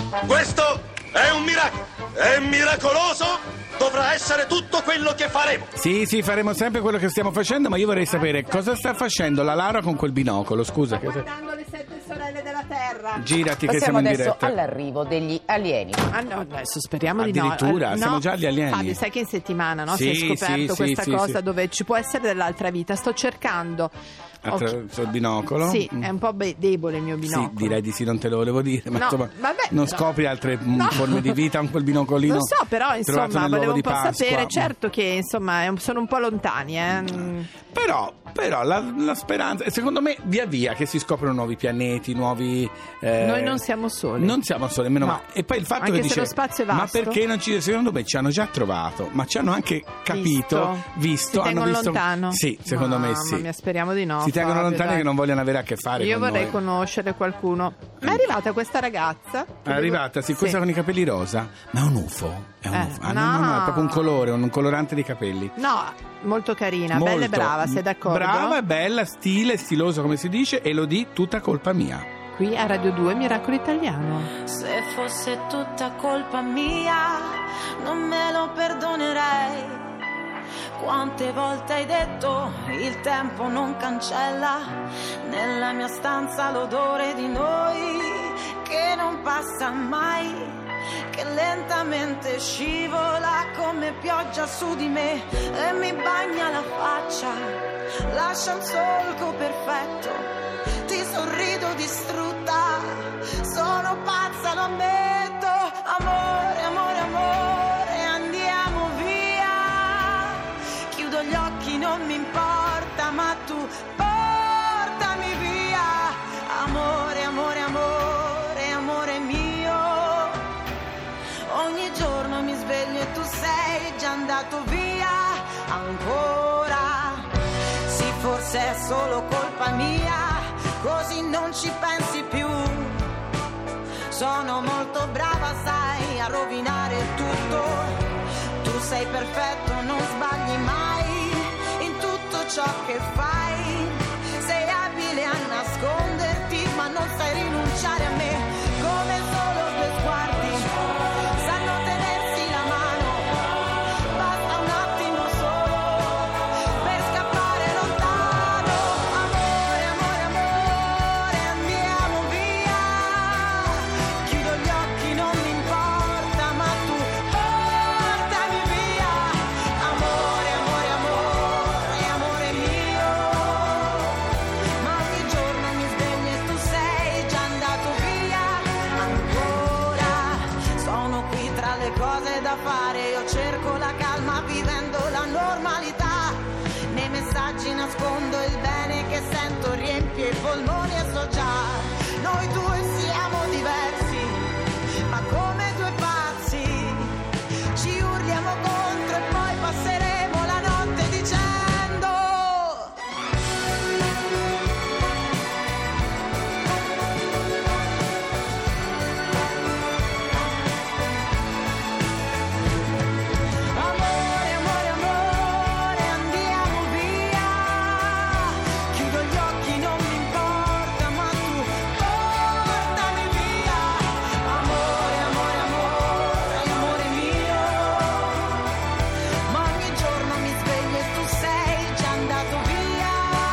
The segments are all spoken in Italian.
Questo è un miracolo. È miracoloso. Dovrà essere tutto quello che faremo. Sì, faremo sempre quello che stiamo facendo, ma io vorrei sapere cosa sta facendo la Lara con quel binocolo, scusa. Sta guardando le 7 sorelle della Terra. Girati che siamo in adesso diretta. all'arrivo degli alieni. Ah no, adesso speriamo di no. Addirittura, siamo già agli alieni. Fabio, sai che in settimana, no? Sì, si è scoperto sì, questa sì, cosa sì. dove ci può essere dell'altra vita. Sto cercando. Attraverso il binocolo? Sì, è un po' debole il mio binocolo. Sì, direi di sì, non te lo volevo dire, ma No, insomma, vabbè, non però- scopri altre No. forme di vita con quel binocolino? Lo so, però trovato insomma nell'uovo volevo un di po' Pasqua. sapere, certo che insomma sono un po' lontani, Però la speranza, secondo me via via che si scoprono nuovi pianeti, nuovi... Noi non siamo soli. Non siamo soli, meno No. male. E poi il fatto Anche che se dice, lo spazio è ma vasto. perché non ci... Secondo me ci hanno già trovato, ma ci hanno anche capito, visto, si hanno tengono visto... lontano. Sì, secondo me sì. Mamma mia, speriamo di no. Si tengono Fabio, lontani dai. che non vogliono avere a che fare Io con vorrei noi. conoscere qualcuno. Ma è arrivata questa ragazza? È arrivata, sì, questa con i capelli rosa. Ma è un UFO? È un UFO. Ah, no, è proprio un colore, un colorante di capelli. No, molto carina, Molto. bella e brava, sei d'accordo? Brava, bella, stilosa come si dice, e lo di tutta colpa mia. Qui a Radio 2 Miracolo Italiano. Se fosse tutta colpa mia, non me lo perdonerei. Quante volte hai detto il tempo non cancella, nella mia stanza l'odore di noi che non passa mai, che lentamente scivola come pioggia su di me e mi bagna la faccia, lascia un solco perfetto, ti sorrido distrutta, sono pazza, lo ammetto, amore, amore, amore, andiamo via, chiudo gli occhi, non mi importa, ma tu portami via, amore, amore, amore, amore mio, ogni giorno mi sveglio e tu sei già andato via, ancora, sì, forse è solo colpa mia, così non ci pensi più. Sono molto brava, sai, a rovinare tutto. Tu sei perfetto, non sbagli mai in tutto ciò che fai. Sei abile a nasconderti, ma non sai rinunciare a me. Come solo due sguardi sanno tenersi la mano. Basta un attimo solo per scappare lontano. Amore, amore, amore, andiamo via. Chiudo gli occhi, non mi importa, ma tu portami via. Amore, amore, amore, amore mio. Ma ogni giorno mi sveglio e tu sei già andato via. Ancora sono qui tra le cose da fare. Io cerco la calma vivendo la normalità. Nei messaggi nascondo il bene che sento, riempie i polmoni e so già. Noi due siamo diversi, ma come due pazzi. Ci urliamo contro e poi passeremo la notte dicendo amore, amore, amore, andiamo via. Chiudo gli occhi, non mi importa, ma tu portami via. Amore, amore, amore, amore mio. Ma ogni giorno mi sveglio e tu sei già andato via.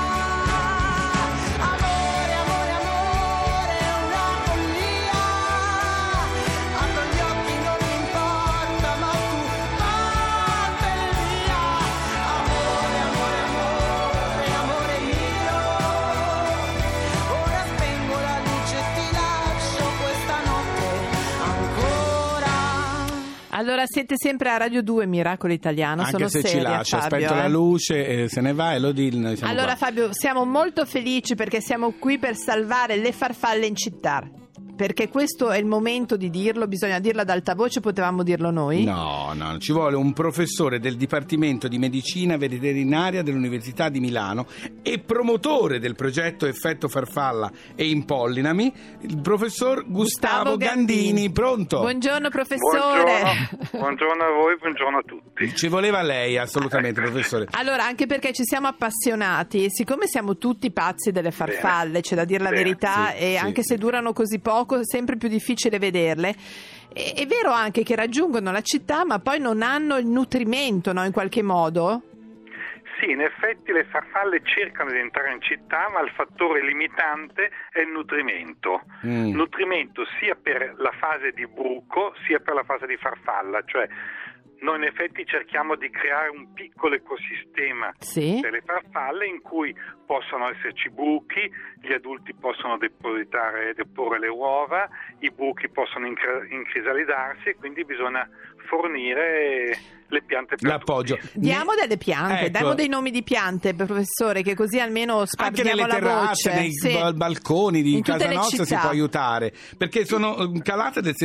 Amore, amore, amore, è una follia. Apro gli occhi, non mi importa, ma tu vattene via. Amore, amore, amore, amore mio. Ora spengo la luce e ti lascio questa notte ancora. Allora siete sempre a Radio 2 Miracolo Italiano. Anche sono se ci seria, lascia, Fabio, spento la eh. luce e se ne va e lo di noi siamo Allora qua. Fabio, siamo molto felici perché siamo qui per salvare le farfalle in città. Perché questo è il momento di dirlo, bisogna dirlo ad alta voce, potevamo dirlo noi? No, ci vuole un professore del Dipartimento di Medicina Veterinaria dell'Università di Milano e promotore del progetto Effetto Farfalla e Impollinami, il professor Gustavo Gandini. Pronto? Buongiorno professore. Buongiorno a voi, buongiorno a tutti. Ci voleva lei assolutamente, professore. Allora, anche perché ci siamo appassionati, siccome siamo tutti pazzi delle farfalle, c'è da dire la Bene, verità, sì, e sì, anche sì. se durano così poco, sempre più difficile vederle. È vero anche che raggiungono la città ma poi non hanno il nutrimento, no, in qualche modo? Sì, in effetti le farfalle cercano di entrare in città, ma il fattore limitante è il nutrimento. Nutrimento sia per la fase di bruco sia per la fase di farfalla, cioè noi in effetti cerchiamo di creare un piccolo ecosistema delle farfalle in cui possono esserci buchi, gli adulti possono deporre le uova, i buchi possono incrisalidarsi e quindi bisogna fornire le piante per l'appoggio. Diamo delle piante, diamo dei nomi di piante, professore, che così almeno spargiamo la voce. Anche nelle terrazze, nei balconi di casa nostra città. Si può aiutare, perché sono calate del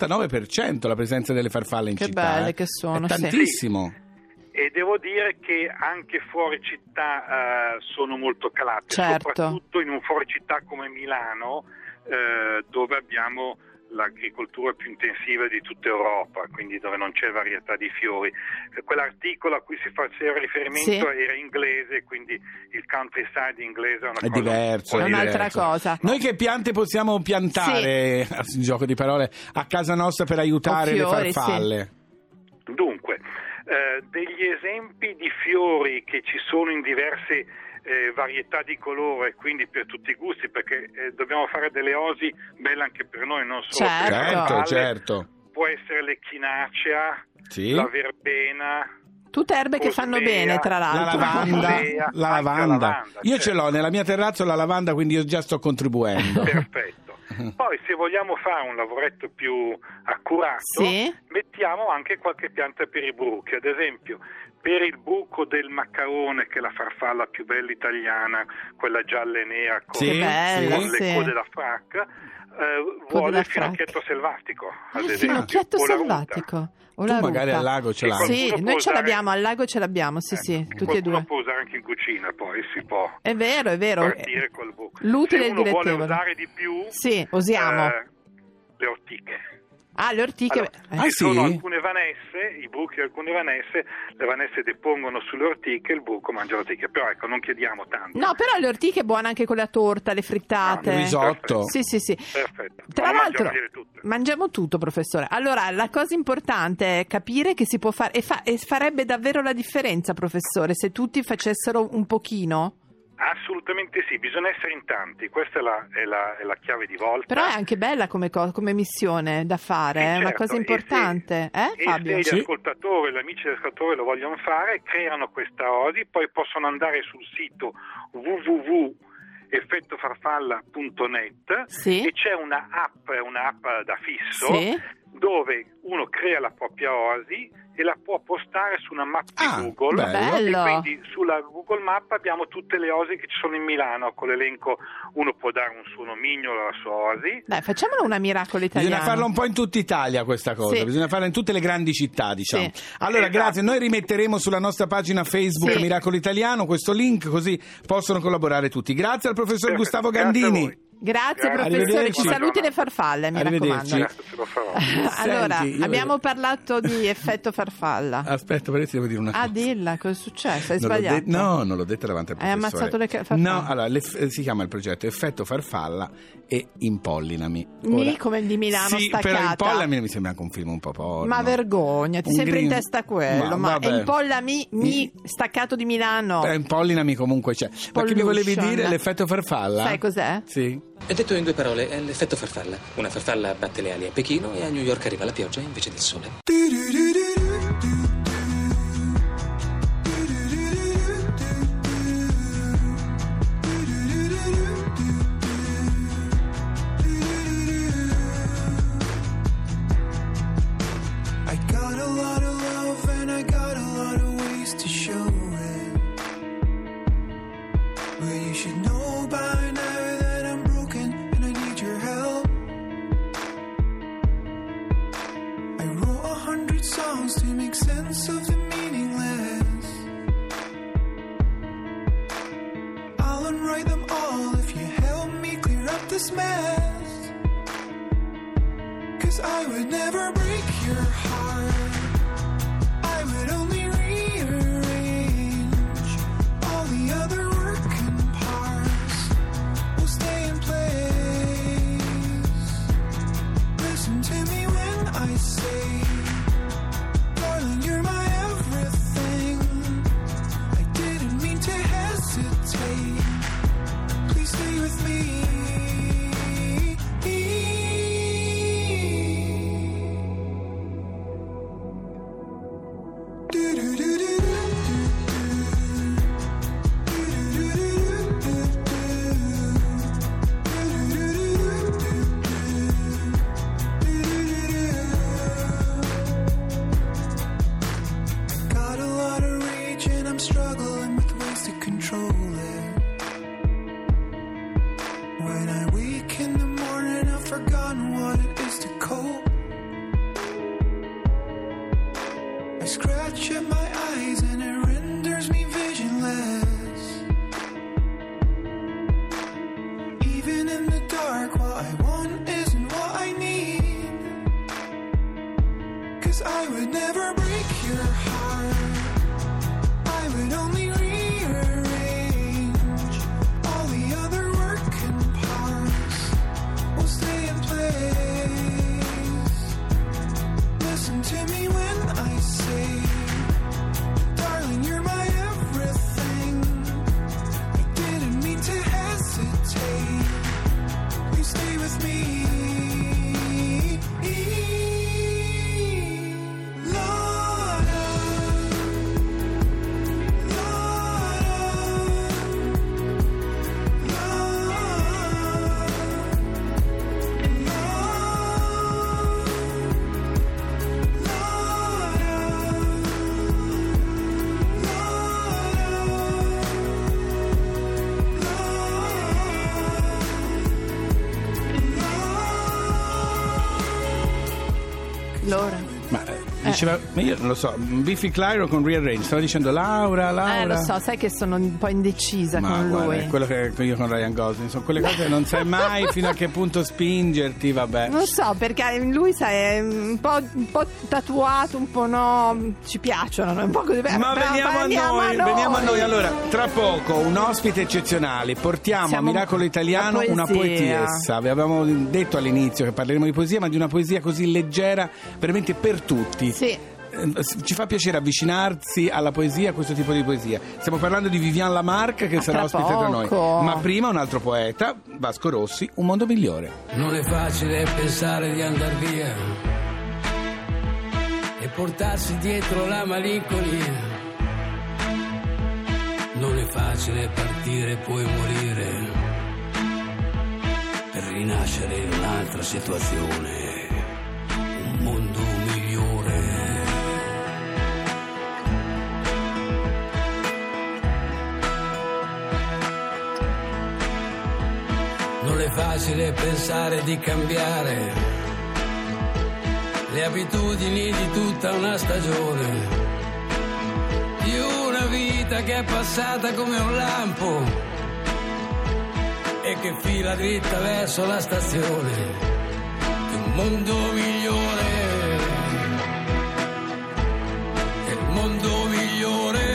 69% la presenza delle farfalle in città. Che belle che sono, è tantissimo. E devo dire che anche fuori città sono molto calate, soprattutto in un fuori città come Milano, dove abbiamo l'agricoltura più intensiva di tutta Europa, quindi dove non c'è varietà di fiori. Quell'articolo a cui si faceva riferimento era inglese, quindi il countryside inglese è diverso, è un'altra cosa. Noi che piante possiamo piantare, gioco di parole, a casa nostra per aiutare le farfalle? Dunque, degli esempi di fiori che ci sono in diverse varietà di colore, quindi per tutti i gusti, perché dobbiamo fare delle osi belle anche per noi, non solo per le farfalle. Certo. Può essere l'echinacea, la verbena, tutte erbe che fanno bene, tra l'altro. La lavanda. Io ce l'ho nella mia terrazza la lavanda, quindi io già sto contribuendo. Perfetto. Poi se vogliamo fare un lavoretto più accurato, mettiamo anche qualche pianta per i bruchi, ad esempio per il buco del maccarone, che è la farfalla più bella italiana, quella gialla e nera con le code da fracca, vuole il finocchietto selvatico, ad esempio. Il finocchietto selvatico. Tu magari al lago ce l'hai. Sì, noi ce l'abbiamo, al lago ce l'abbiamo, tutti e due. Può usare anche in cucina, poi si può. È vero. Partire col buco. L'utile se e il uno vuole dilettevole. usare di più, usiamo. Le ortiche. Le ortiche. Ci sono alcune vanesse, i buchi di alcune vanesse, le vanesse depongono sulle ortiche, il buco mangia le ortiche, però ecco, non chiediamo tanto. No, però le ortiche è buona anche con la torta, le frittate. Il risotto. Sì. Perfetto. Tra l'altro mangiamo tutto, professore. Allora, la cosa importante è capire che si può fare e farebbe davvero la differenza, professore, se tutti facessero un pochino. Assolutamente sì, bisogna essere in tanti, questa è la chiave di volta. Però è anche bella come missione da fare, è una cosa importante, Fabio? Se gli ascoltatori, gli amici ascoltatori lo vogliono fare, creano questa osi, poi possono andare sul sito www.effettofarfalla.net e c'è una app da fisso dove uno crea la propria osi e la può postare su una mappa di Google. Bello. E quindi sulla Google Map abbiamo tutte le osi che ci sono in Milano, con l'elenco. Uno può dare un suo nomignolo alla sua osi. Dai, facciamolo una Miracolo Italiano. Bisogna farla un po' in tutta Italia questa cosa, bisogna farla in tutte le grandi città, diciamo. Allora, grazie, noi rimetteremo sulla nostra pagina Facebook Miracolo Italiano questo link, così possono collaborare tutti. Grazie al professor Gustavo Gandini. Grazie professore, ci saluti le farfalle, mi raccomando. Allora, abbiamo parlato di effetto farfalla. Aspetta, devo dire una cosa. Dilla, cosa è successo? Hai sbagliato? No, non l'ho detta davanti al professore. Hai ammazzato le farfalle? No, allora, si chiama il progetto Effetto Farfalla e Impollinami. Come di Milano staccata. Però Impollami mi sembra anche un film un po' porno. Ma vergognati, sempre in testa quello. Ma Impollami staccato di Milano. Impollinami comunque c'è. Ma che mi volevi dire? L'effetto farfalla? Sai cos'è? Sì. È detto in due parole, è l'effetto farfalla. Una farfalla batte le ali a Pechino e a New York arriva la pioggia invece del sole. I got a lot of love and I got a lot of ways to show it. But you should know by now that I'm broken and I need your help. I wrote 100 songs to make sense of the meaningless. I'll unwrite them all if you help me clear up this mess. 'Cause I would never break your heart. I would only rearrange all the other working parts will stay in place. Listen to me when I say, darling, you're my everything. I didn't mean to hesitate. Please stay with me. I scratch at my eyes and it renders me visionless. Even in the dark, what I want isn't what I need. 'Cause I would never break your heart, I would only rearrange all the other working parts will stay in place. Listen to me when I say, darling, you're my everything. I didn't mean to hesitate. Please stay with me. Diceva, ma io non lo so, Biffy Clyro con Rearrange, stava dicendo Laura. Lo so, sai che sono un po' indecisa con guarda, lui. È quello che io con Ryan Gosling, sono quelle cose che non sai mai fino a che punto spingerti, vabbè. Non so, perché lui sai, è un po' tatuato, un po' no, ci piacciono, è un po' così. Ma veniamo a noi. Allora, tra poco un ospite eccezionale, portiamo a Miracolo Italiano una poetessa. Vi avevamo detto all'inizio che parleremo di poesia, ma di una poesia così leggera, veramente per tutti. Sì. Ci fa piacere avvicinarsi alla poesia, a questo tipo di poesia. Stiamo parlando di Viviane Lamarck, che sarà ospite tra noi. Ma prima un altro poeta, Vasco Rossi, Un mondo migliore. Non è facile pensare di andar via e portarsi dietro la malinconia. Non è facile partire e poi morire per rinascere in un'altra situazione. Un mondo migliore. Non è facile pensare di cambiare le abitudini di tutta una stagione, di una vita che è passata come un lampo e che fila dritta verso la stazione di un mondo migliore. Che il mondo migliore.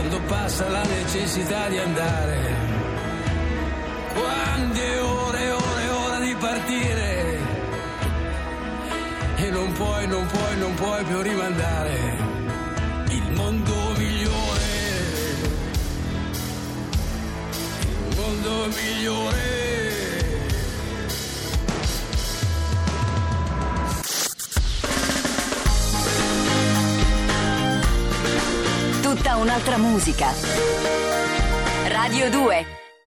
quando passa la necessità di andare, quando è ora di partire e non puoi più rimandare il mondo migliore, il mondo migliore. Tutta un'altra musica. Radio 2.